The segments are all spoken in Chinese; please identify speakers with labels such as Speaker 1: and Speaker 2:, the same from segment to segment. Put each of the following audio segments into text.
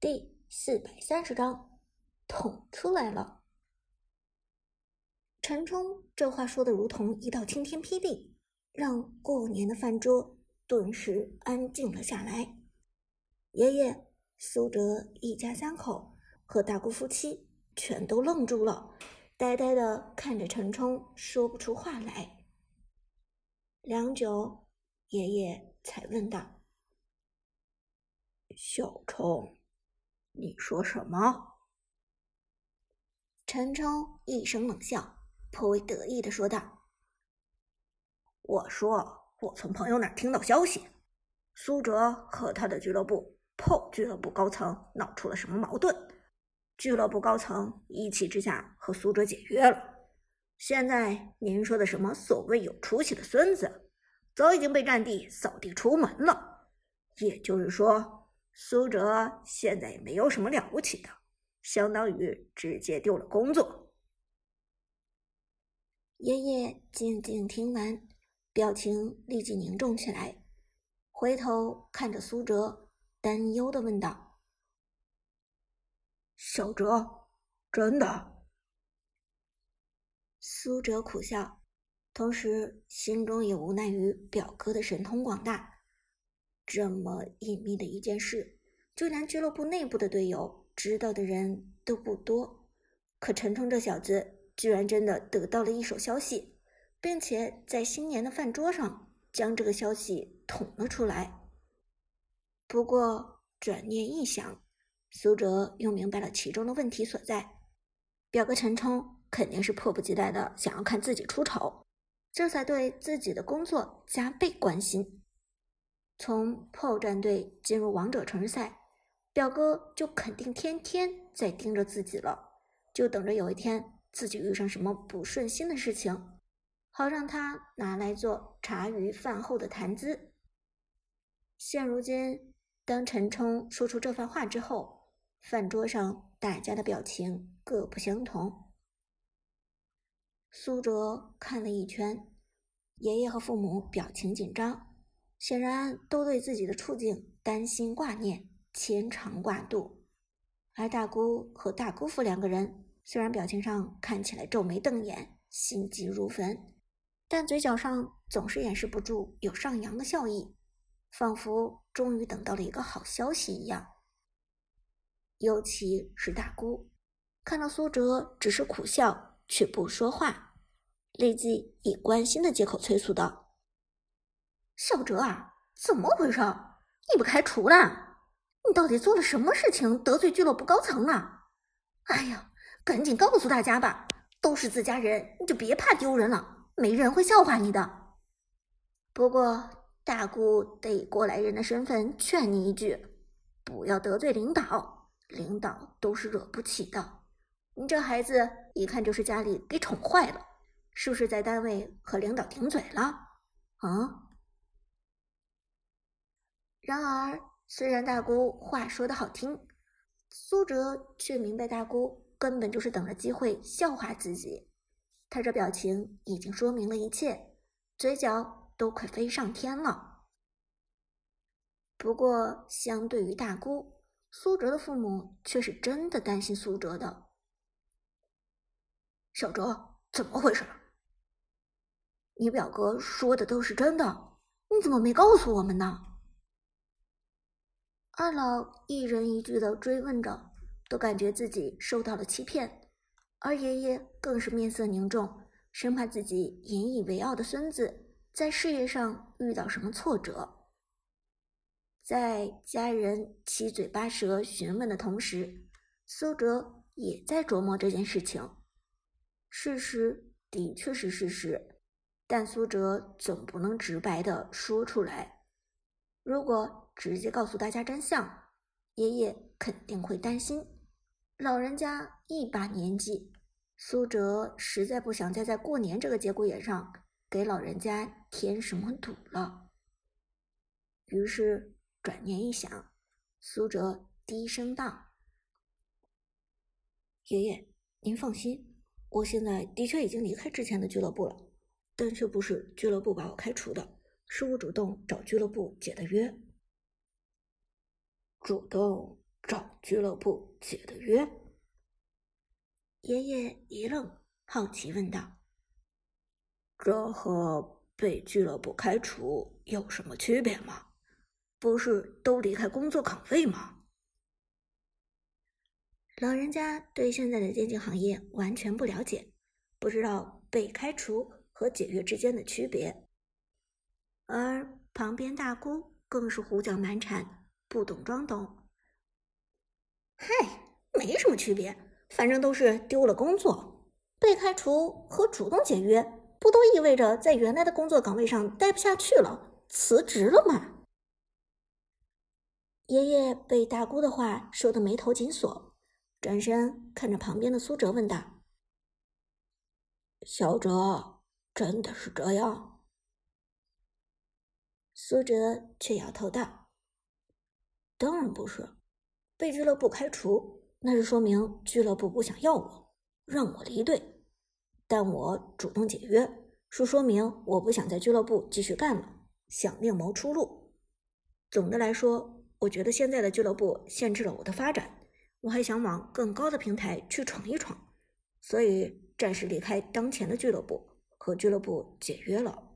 Speaker 1: 第430章，捅出来了。陈冲这话说的如同一道晴天霹雳，让过年的饭桌顿时安静了下来。爷爷、苏哲一家3口和大姑夫妻全都愣住了，呆呆地看着陈冲，说不出话来。良久，爷爷才问道：“
Speaker 2: 小冲，你说什么？”
Speaker 1: 陈冲一声冷笑，颇为得意地说道：“
Speaker 2: 我说，我从朋友那儿听到消息，苏哲和他的俱乐部 PO 俱乐部高层闹出了什么矛盾，俱乐部高层一气之下和苏哲解约了。现在您说的什么所谓有出息的孙子，早已经被战地扫地出门了。也就是说，苏哲现在也没有什么了不起的，相当于直接丢了工作。”
Speaker 1: 爷爷静静听完，表情立即凝重起来，回头看着苏哲，担忧地问道：“
Speaker 2: 小哲，真的？”
Speaker 1: 苏哲苦笑，同时心中也无奈于表哥的神通广大。这么隐秘的一件事，就连俱乐部内部的队友知道的人都不多，可陈冲这小子居然真的得到了一手消息，并且在新年的饭桌上将这个消息捅了出来。不过转念一想，苏哲又明白了其中的问题所在。表哥陈冲肯定是迫不及待的想要看自己出丑，这才对自己的工作加倍关心。从 PO 战队进入王者城市赛，表哥就肯定天天在盯着自己了，就等着有一天自己遇上什么不顺心的事情，好让他拿来做茶余饭后的谈资。现如今，当陈冲说出这番话之后，饭桌上大家的表情各不相同。苏哲看了一圈，爷爷和父母表情紧张，显然都对自己的处境担心挂念，牵肠挂肚。而大姑和大姑父2个人虽然表情上看起来皱眉瞪眼，心急如焚，但嘴角上总是掩饰不住有上扬的笑意，仿佛终于等到了一个好消息一样。尤其是大姑，看到苏哲只是苦笑却不说话，立即以关心的借口催促道：“小哲啊，怎么回事？你不开除了？你到底做了什么事情得罪俱乐部高层了？哎呀，赶紧告诉大家吧，都是自家人，你就别怕丢人了，没人会笑话你的。”不过大姑得以过来人的身份劝你一句，不要得罪领导，领导都是惹不起的。你这孩子一看就是家里给宠坏了，是不是在单位和领导顶嘴了？然而，虽然大姑话说得好听，苏哲却明白大姑根本就是等着机会笑话自己。他这表情已经说明了一切，嘴角都快飞上天了。不过，相对于大姑，苏哲的父母却是真的担心苏哲的。“小哲，怎么回事？你表哥说的都是真的，你怎么没告诉我们呢？”二老一人一句的追问着，都感觉自己受到了欺骗，而爷爷更是面色凝重，生怕自己引以为傲的孙子在事业上遇到什么挫折。在家人七嘴八舌询问的同时，苏哲也在琢磨这件事情。事实的确是事实，但苏哲总不能直白的说出来。如果直接告诉大家真相，爷爷肯定会担心。老人家一把年纪，苏哲实在不想再在过年这个节骨眼上给老人家添什么堵了。于是转念一想，苏哲低声道：“爷爷，您放心，我现在的确已经离开之前的俱乐部了，但却不是俱乐部把我开除的，是我主动找俱乐部解的约。”“
Speaker 2: 主动找俱乐部解的约？
Speaker 1: 爷爷一愣，好奇问道：“
Speaker 2: 这和被俱乐部开除有什么区别吗？不是都离开工作岗位吗？”
Speaker 1: 老人家对现在的电竞行业完全不了解，不知道被开除和解约之间的区别。而旁边大姑更是胡搅蛮缠，不懂装懂。
Speaker 2: 嗨，没什么区别，反正都是丢了工作。被开除和主动解约，不都意味着在原来的工作岗位上待不下去了，辞职了吗？
Speaker 1: 爷爷被大姑的话说得眉头紧锁，转身看着旁边的苏哲问道：“
Speaker 2: 小哲，真的是这样？”
Speaker 1: 苏哲却摇头道：“
Speaker 2: 当然不是，被俱乐部开除，那是说明俱乐部不想要我，让我离队。但我主动解约，是说明我不想在俱乐部继续干了，想另谋出路。总的来说，我觉得现在的俱乐部限制了我的发展，我还想往更高的平台去闯一闯，所以暂时离开当前的俱乐部，和俱乐部解约了。”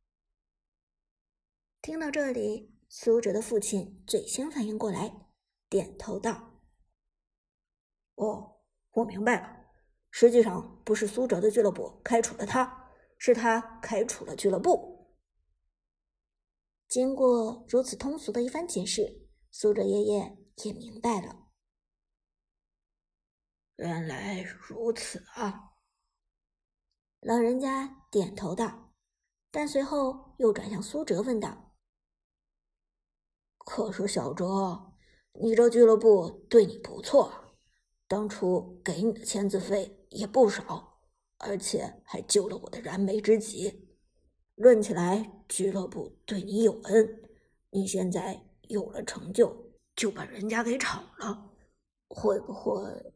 Speaker 1: 听到这里，苏哲的父亲最先反应过来，点头道：“
Speaker 2: 哦，我明白了。实际上不是苏哲的俱乐部开除了他，是他开除了俱乐部。”
Speaker 1: 经过如此通俗的一番解释，苏哲爷爷也明白了。
Speaker 2: 原来如此啊！
Speaker 1: 老人家点头道，但随后又转向苏哲问道：“
Speaker 2: 可是小哲，你这俱乐部对你不错，当初给你的签字费也不少，而且还救了我的燃眉之急。论起来，俱乐部对你有恩，你现在有了成就，就把人家给炒了，会不会？”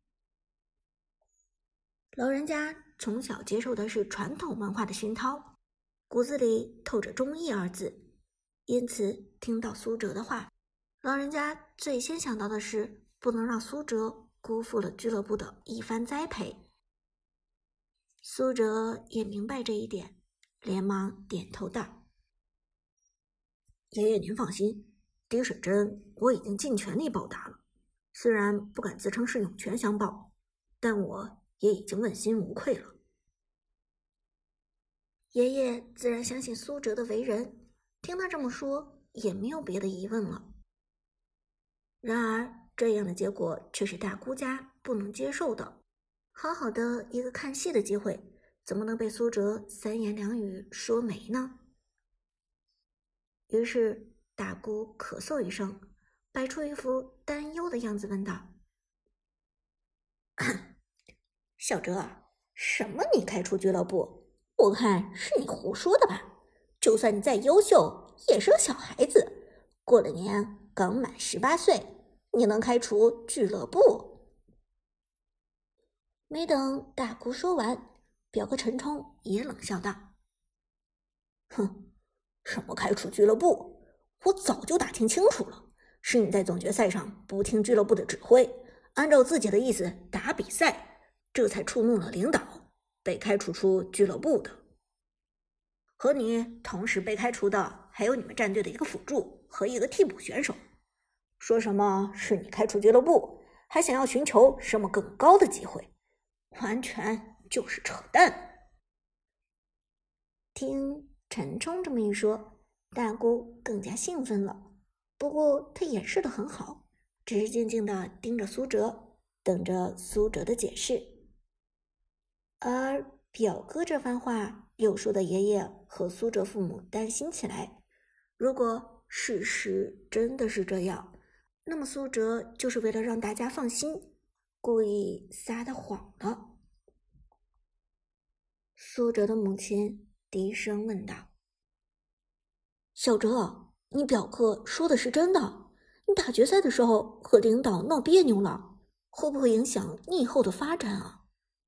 Speaker 1: 老人家从小接受的是传统文化的熏陶，骨子里透着忠义二字，因此听到苏哲的话，老人家最先想到的是不能让苏哲辜负了俱乐部的一番栽培。苏哲也明白这一点，连忙点头道：“
Speaker 2: 爷爷您放心，滴水针我已经尽全力报答了，虽然不敢自称是涌泉相报，但我也已经问心无愧了。”
Speaker 1: 爷爷自然相信苏哲的为人，听他这么说也没有别的疑问了。然而这样的结果却是大姑家不能接受的，好好的一个看戏的机会，怎么能被苏哲三言两语说没呢？于是大姑咳嗽一声，摆出一副担忧的样子问道：“
Speaker 2: 小哲，什么你开除俱乐部？我看是你胡说的吧？就算你再优秀，也是个小孩子，过了年刚满18岁，你能开除俱乐部？”
Speaker 1: 没等大姑说完，表哥陈冲也冷笑道：“
Speaker 2: 哼，什么开除俱乐部？我早就打听清楚了，是你在总决赛上不听俱乐部的指挥，按照自己的意思打比赛，这才触怒了领导，被开除出俱乐部的。和你同时被开除的还有你们战队的一个辅助和一个替补选手。说什么是你开除俱乐部，还想要寻求什么更高的机会，完全就是扯淡。”
Speaker 1: 听陈冲这么一说，大姑更加兴奋了。不过她掩饰得很好，只是静静地盯着苏哲，等着苏哲的解释。而表哥这番话又说的爷爷和苏哲父母担心起来，如果事实真的是这样，那么苏哲就是为了让大家放心，故意撒的谎了。苏哲的母亲低声问道：“
Speaker 2: 小哲，你表哥说的是真的？你打决赛的时候和领导闹别扭了，会不会影响你以后的发展啊？”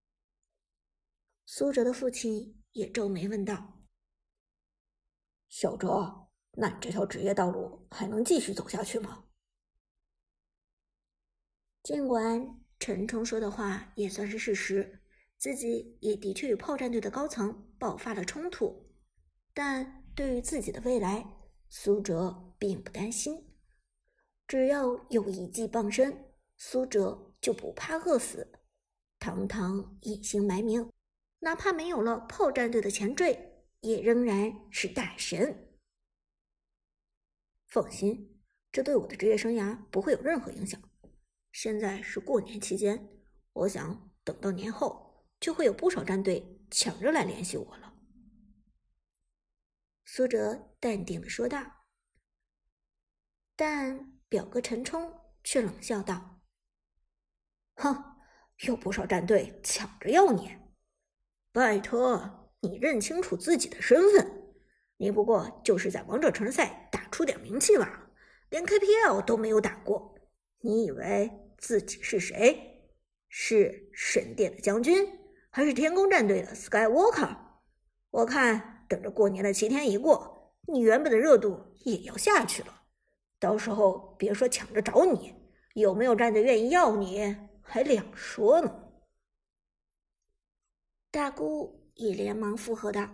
Speaker 1: 苏哲的父亲也皱眉问道：“
Speaker 2: 小哲，那你这条职业道路还能继续走下去吗？”
Speaker 1: 尽管陈冲说的话也算是事实，自己也的确与炮战队的高层爆发了冲突，但对于自己的未来，苏哲并不担心。只要有一技傍身，苏哲就不怕饿死。堂堂隐姓埋名，哪怕没有了炮战队的前缀，也仍然是大神。
Speaker 2: 放心，这对我的职业生涯不会有任何影响。现在是过年期间，我想等到年后，就会有不少战队抢着来联系我了。
Speaker 1: 苏哲淡定地说道。但表哥陈冲却冷笑道：“
Speaker 2: 哼，有不少战队抢着要你。拜托，你认清楚自己的身份，你不过就是在王者城市赛打出点名气罢了，连 KPL 都没有打过。你以为自己是谁？是神殿的将军，还是天宫战队的 Skywalker？ 我看等着过年的7天一过，你原本的热度也要下去了。到时候别说抢着找你，有没有战队愿意要你还两说呢。”
Speaker 1: 大姑也连忙附和道：“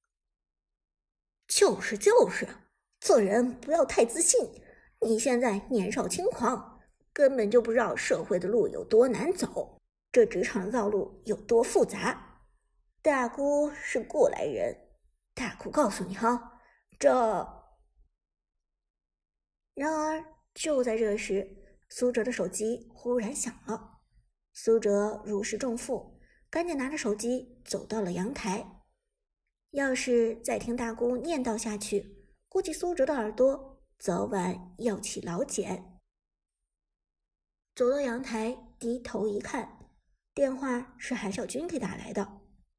Speaker 2: 就是，做人不要太自信。你现在年少轻狂，根本就不知道社会的路有多难走，这职场的道路有多复杂。大姑是过来人，大姑告诉你哈，这……”
Speaker 1: 然而就在这时，苏哲的手机忽然响了。苏哲如释重负，赶紧拿着手机走到了阳台。要是再听大姑念叨下去，估计苏哲的耳朵早晚要起老茧。走到阳台，低头一看，电话是韩小军给打来的。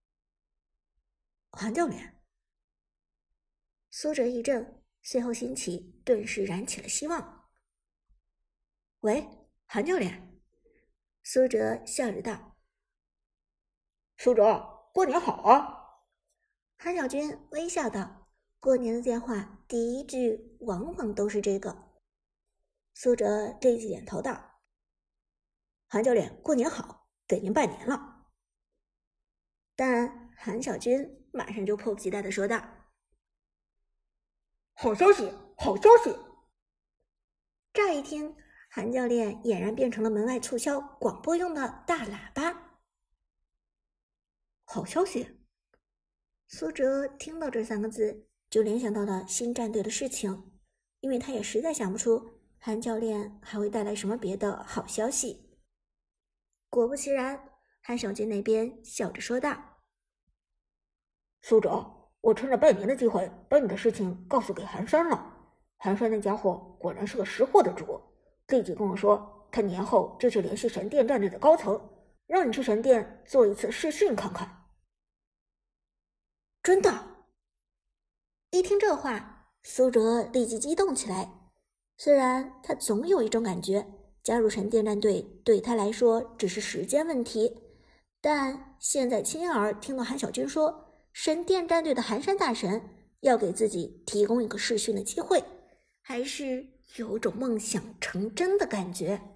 Speaker 2: “韩教练。”
Speaker 1: 苏哲一怔，随后心起，顿时燃起了希望。
Speaker 2: “喂，韩教练。”
Speaker 1: 苏哲笑着道。
Speaker 2: “苏哲，过年好啊！”
Speaker 1: 韩小军微笑道。过年的电话第一句往往都是这个。苏哲立即点头道：“
Speaker 2: 韩教练，过年好，给您拜年了。”
Speaker 1: 但韩小军马上就迫不及待地说道：“
Speaker 2: 好消息，好消息！”
Speaker 1: 乍一听，韩教练俨然变成了门外促销广播用的大喇叭。
Speaker 2: 好消息！
Speaker 1: 苏哲听到这3个字，就联想到了新战队的事情，因为他也实在想不出韩教练还会带来什么别的好消息。果不其然，韩小军那边笑着说道：“
Speaker 2: 苏哲，我趁着拜年的机会，把你的事情告诉给韩山了。韩山那家伙果然是个识货的主，立即跟我说，他年后就去联系神殿战队的高层，让你去神殿做一次试训看看。”“
Speaker 1: 真的？”一听这话，苏哲立即激动起来。虽然他总有一种感觉，加入神殿战队对他来说只是时间问题，但现在亲耳听到韩小军说神殿战队的寒山大神要给自己提供一个试训的机会，还是有种梦想成真的感觉。